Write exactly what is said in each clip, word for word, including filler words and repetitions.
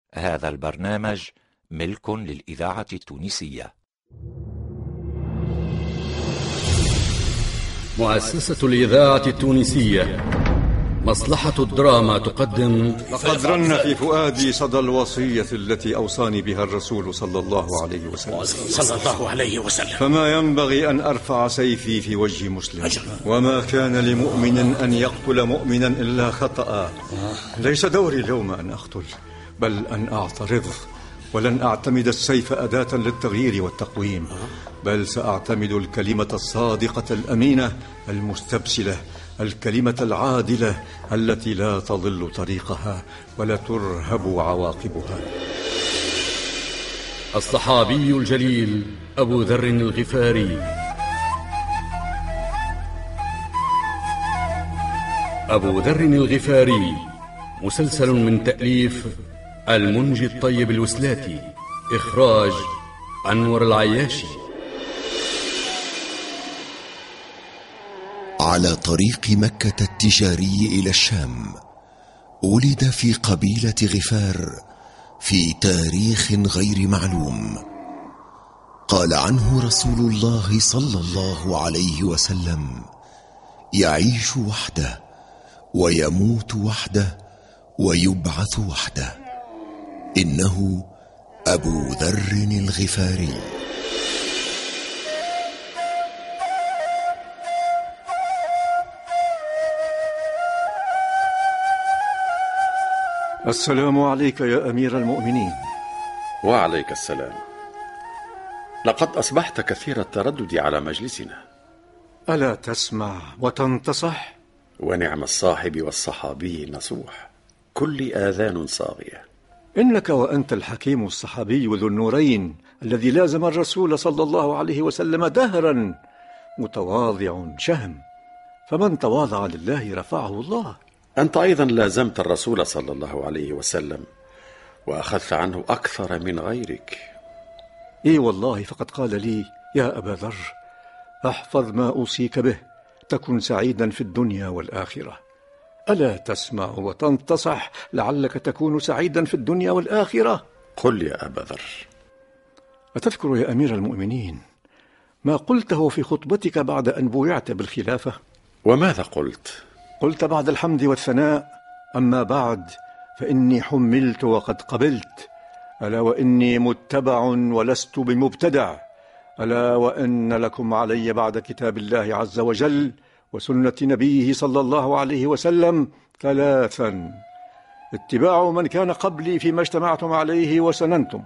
هذا البرنامج ملك للإذاعة التونسية. مؤسسة الإذاعة التونسية مصلحة الدراما تقدم. لقد رن في فؤادي صدى الوصية التي أوصاني بها الرسول صلى الله عليه وسلم صلى الله عليه وسلم فما ينبغي أن أرفع سيفي في وجه مسلم أجل. وما كان لمؤمن أن يقتل مؤمنا إلا خطأ. ليس دوري اليوم أن أقتل، بل أن أعترض، ولن أعتمد السيف أداة للتغيير والتقويم، بل سأعتمد الكلمة الصادقة الأمينة المستبسلة، الكلمة العادلة التي لا تضل طريقها ولا ترهب عواقبها. الصحابي الجليل أبو ذر الغفاري. أبو ذر الغفاري مسلسل من تأليف المنجي الطيب الوسلاتي، إخراج أنور العياشي. على طريق مكة التجاري إلى الشام، ولد في قبيلة غفار في تاريخ غير معلوم. قال عنه رسول الله صلى الله عليه وسلم: يعيش وحده ويموت وحده ويبعث وحده. إنه أبو ذر الغفاري. السلام عليك يا أمير المؤمنين. وعليك السلام. لقد أصبحت كثير التردد على مجلسنا. ألا تسمع وتنتصح؟ ونعم الصاحب والصحابي نصوح، كل آذان صاغية. إنك وأنت الحكيم الصحابي ذو النورين الذي لازم الرسول صلى الله عليه وسلم دهرا، متواضع شهم، فمن تواضع لله رفعه الله. أنت أيضا لازمت الرسول صلى الله عليه وسلم وأخذت عنه أكثر من غيرك. إي والله، فقد قال لي: يا أبا ذر، احفظ ما أوصيك به تكن سعيدا في الدنيا والآخرة. ألا تسمع وتنتصح لعلك تكون سعيدا في الدنيا والآخرة؟ قل يا أبا ذر. أتذكر يا أمير المؤمنين ما قلته في خطبتك بعد أن بويعت بالخلافة؟ وماذا قلت؟ قلت بعد الحمد والثناء: أما بعد فإني حملت وقد قبلت، ألا وإني متبع ولست بمبتدع، ألا وإن لكم علي بعد كتاب الله عز وجل وسنة نبيه صلى الله عليه وسلم ثلاثا: اتباع من كان قبلي فيما اجتمعتم عليه وسننتم،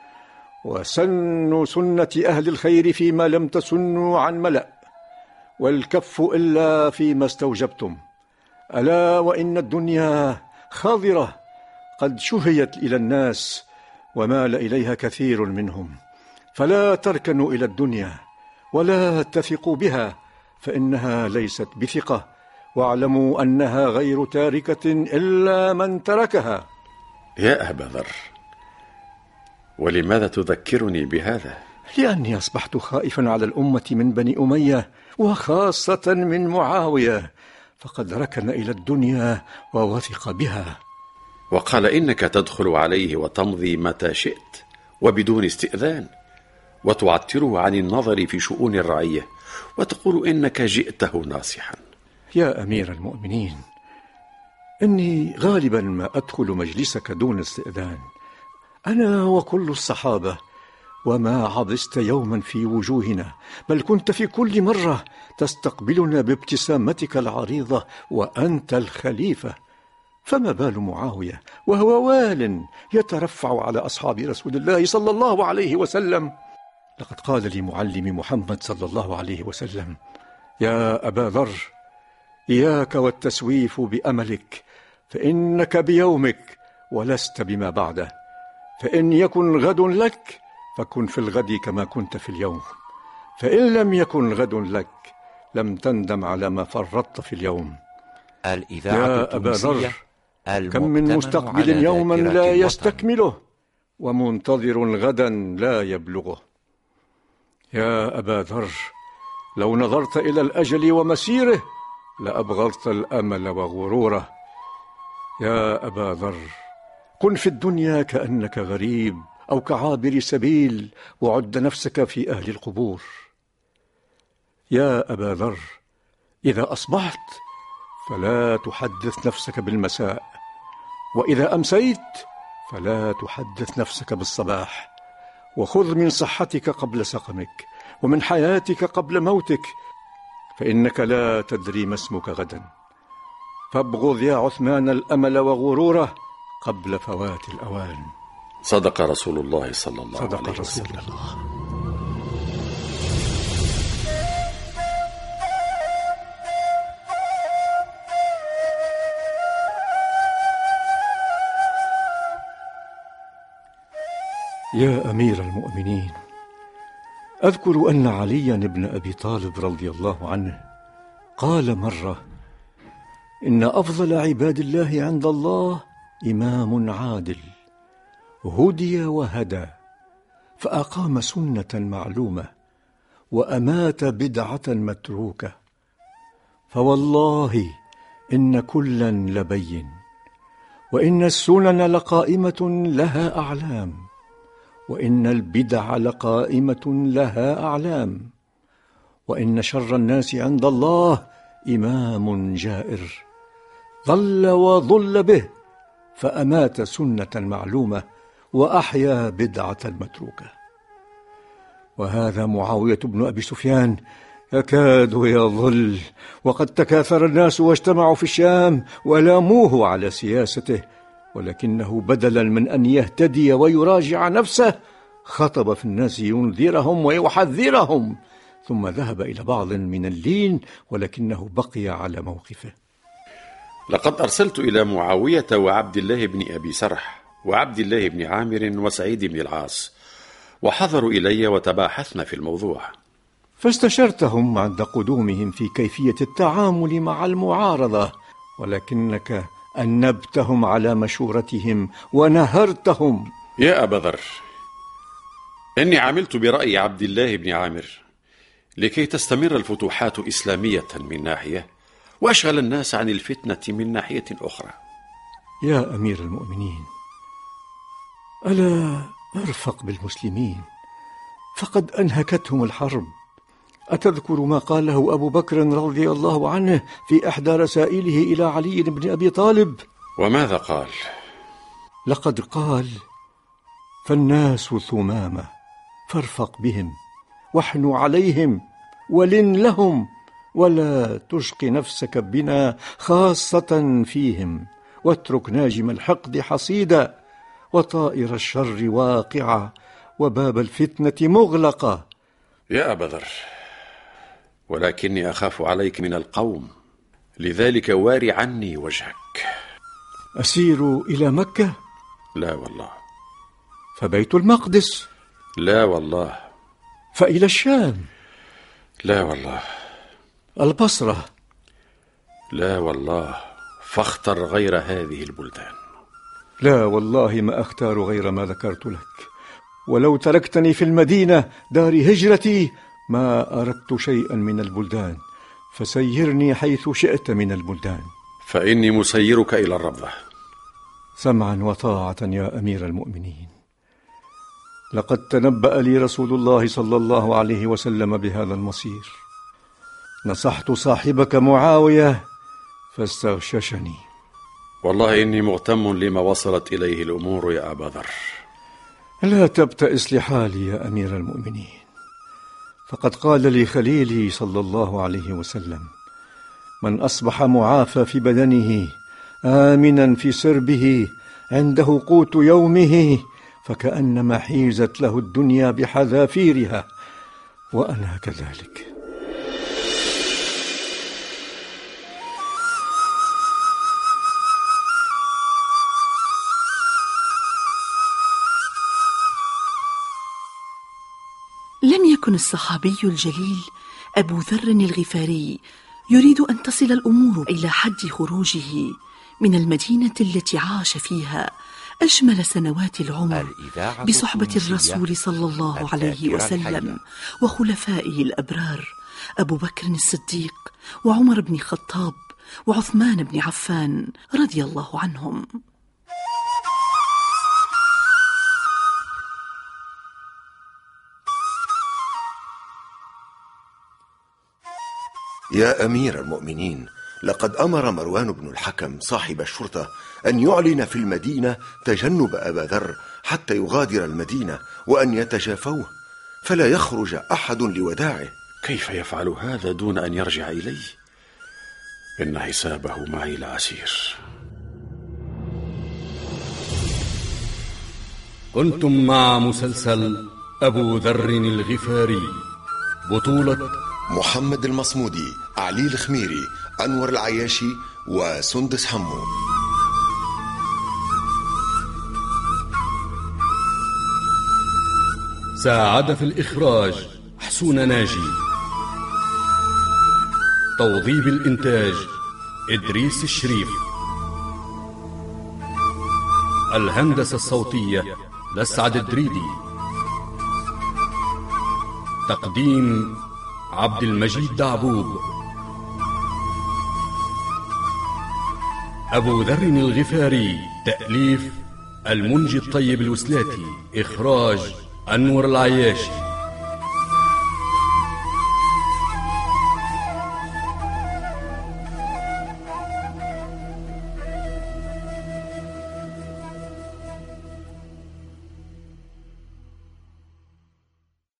وسن سنة أهل الخير فيما لم تسنوا عن ملأ، والكف إلا فيما استوجبتم. ألا وإن الدنيا خاضرة قد شهيت إلى الناس ومال إليها كثير منهم، فلا تركنوا إلى الدنيا ولا تثقوا بها، فإنها ليست بثقة، واعلموا أنها غير تاركة إلا من تركها. يا أبا ذر، ولماذا تذكرني بهذا؟ لأني أصبحت خائفا على الأمة من بني أمية، وخاصة من معاوية، فقد ركن إلى الدنيا ووثق بها. وقال إنك تدخل عليه وتمضي متى شئت وبدون استئذان، وتعتره عن النظر في شؤون الرعية، وتقول إنك جئته ناصحا. يا أمير المؤمنين، إني غالبا ما أدخل مجلسك دون استئذان، أنا وكل الصحابة، وما عبست يوما في وجوهنا، بل كنت في كل مرة تستقبلنا بابتسامتك العريضة وأنت الخليفة. فما بال معاوية وهو وال يترفع على أصحاب رسول الله صلى الله عليه وسلم؟ لقد قال لي معلمي محمد صلى الله عليه وسلم: يا أبا ذر، إياك والتسويف بأملك، فإنك بيومك ولست بما بعده، فإن يكن غد لك فكن في الغد كما كنت في اليوم، فإن لم يكن غد لك لم تندم على ما فرطت في اليوم. الإذاعة التونسية، كم من مستقبل يوما لا يستكمله، ومنتظر غدا لا يبلغه. يا أبا ذر، لو نظرت إلى الأجل ومسيره لأبغضت الأمل وغروره. يا أبا ذر، كن في الدنيا كأنك غريب أو كعابر سبيل، وعد نفسك في أهل القبور. يا أبا ذر، إذا أصبحت فلا تحدث نفسك بالمساء، وإذا أمسيت فلا تحدث نفسك بالصباح. وخذ من صحتك قبل سقمك، ومن حياتك قبل موتك، فإنك لا تدري ما اسمك غدا. فابغض يا عثمان الأمل وغروره قبل فوات الأوان. صدق رسول الله صلى الله صدق عليه رسول وسلم. الله. يا أمير المؤمنين، أذكر أن عليا بن أبي طالب رضي الله عنه قال مرة: إن أفضل عباد الله عند الله إمام عادل هدي وهدى، فأقام سنة معلومة وأمات بدعة متروكة. فوالله إن كلا لبين، وإن السنن لقائمة لها أعلام، وإن البدع لقائمة لها أعلام، وإن شر الناس عند الله إمام جائر ضل وضل به، فأمات سنة معلومة وأحيا بدعة متروكة. وهذا معاوية بن أبي سفيان يكاد يضل، وقد تكاثر الناس واجتمعوا في الشام ولاموه على سياسته، ولكنه بدلا من أن يهتدي ويراجع نفسه خطب في الناس ينذرهم ويحذرهم، ثم ذهب إلى بعض من اللين، ولكنه بقي على موقفه. لقد أرسلت إلى معاوية وعبد الله بن أبي سرح وعبد الله بن عامر وسعيد بن العاص، وحضروا إلي وتباحثنا في الموضوع. فاستشرتهم عند قدومهم في كيفية التعامل مع المعارضة، ولكنك أنبتهم على مشورتهم ونهرتهم. يا أبا ذر، إني عملت برأي عبد الله بن عامر لكي تستمر الفتوحات إسلامية من ناحية، وأشغل الناس عن الفتنة من ناحية أخرى. يا أمير المؤمنين، ألا ارفق بالمسلمين، فقد أنهكتهم الحرب. أتذكر ما قاله أبو بكر رضي الله عنه في إحدى رسائله إلى علي بن أبي طالب؟ وماذا قال؟ لقد قال: فالناس ثمامة فارفق بهم، واحنوا عليهم، ولن لهم، ولا تشق نفسك بنا خاصة فيهم، واترك ناجم الحقد حصيدا، وطائر الشر واقعا، وباب الفتنة مغلقا. يا أبا ذر، ولكني أخاف عليك من القوم، لذلك واري عني وجهك. أسير إلى مكة؟ لا والله. فبيت المقدس؟ لا والله. فإلى الشام؟ لا والله. البصرة؟ لا والله. فاختر غير هذه البلدان. لا والله ما أختار غير ما ذكرت لك، ولو تركتني في المدينة دار هجرتي ما أردت شيئا من البلدان، فسيرني حيث شئت من البلدان. فإني مسيرك إلى الربضة. سمعا وطاعة يا أمير المؤمنين. لقد تنبأ لي رسول الله صلى الله عليه وسلم بهذا المصير. نصحت صاحبك معاوية فاستغششني. والله إني مغتم لما وصلت إليه الأمور يا أبا ذر. لا تبتئس لحالي يا أمير المؤمنين، فقد قال لي خليلي صلى الله عليه وسلم: من أصبح معافى في بدنه آمنا في سربه عنده قوت يومه، فكأنما حيزت له الدنيا بحذافيرها، وأنا كذلك. لم يكن الصحابي الجليل أبو ذر الغفاري يريد أن تصل الأمور إلى حد خروجه من المدينة التي عاش فيها أجمل سنوات العمر بصحبة الرسول صلى الله عليه وسلم وخلفائه الأبرار أبو بكر الصديق وعمر بن الخطاب وعثمان بن عفان رضي الله عنهم. يا أمير المؤمنين، لقد أمر مروان بن الحكم صاحب الشرطة أن يعلن في المدينة تجنب أبا ذر حتى يغادر المدينة، وأن يتجافوه فلا يخرج أحد لوداعه. كيف يفعل هذا دون أن يرجع إلي؟ إن حسابه معي لعسير. كنتم مع مسلسل أبو ذر الغفاري، بطولة محمد المصمودي، علي الخميري، أنور العياشي، وسندس حمو. ساعد في الإخراج حسون ناجي. توظيف الإنتاج إدريس الشريف. الهندسة الصوتية لسعد الدريدي. تقديم عبد المجيد دعبوب. أبو ذر الغفاري، تأليف المنجي الطيب الوسلاتي، إخراج أنور العياشي.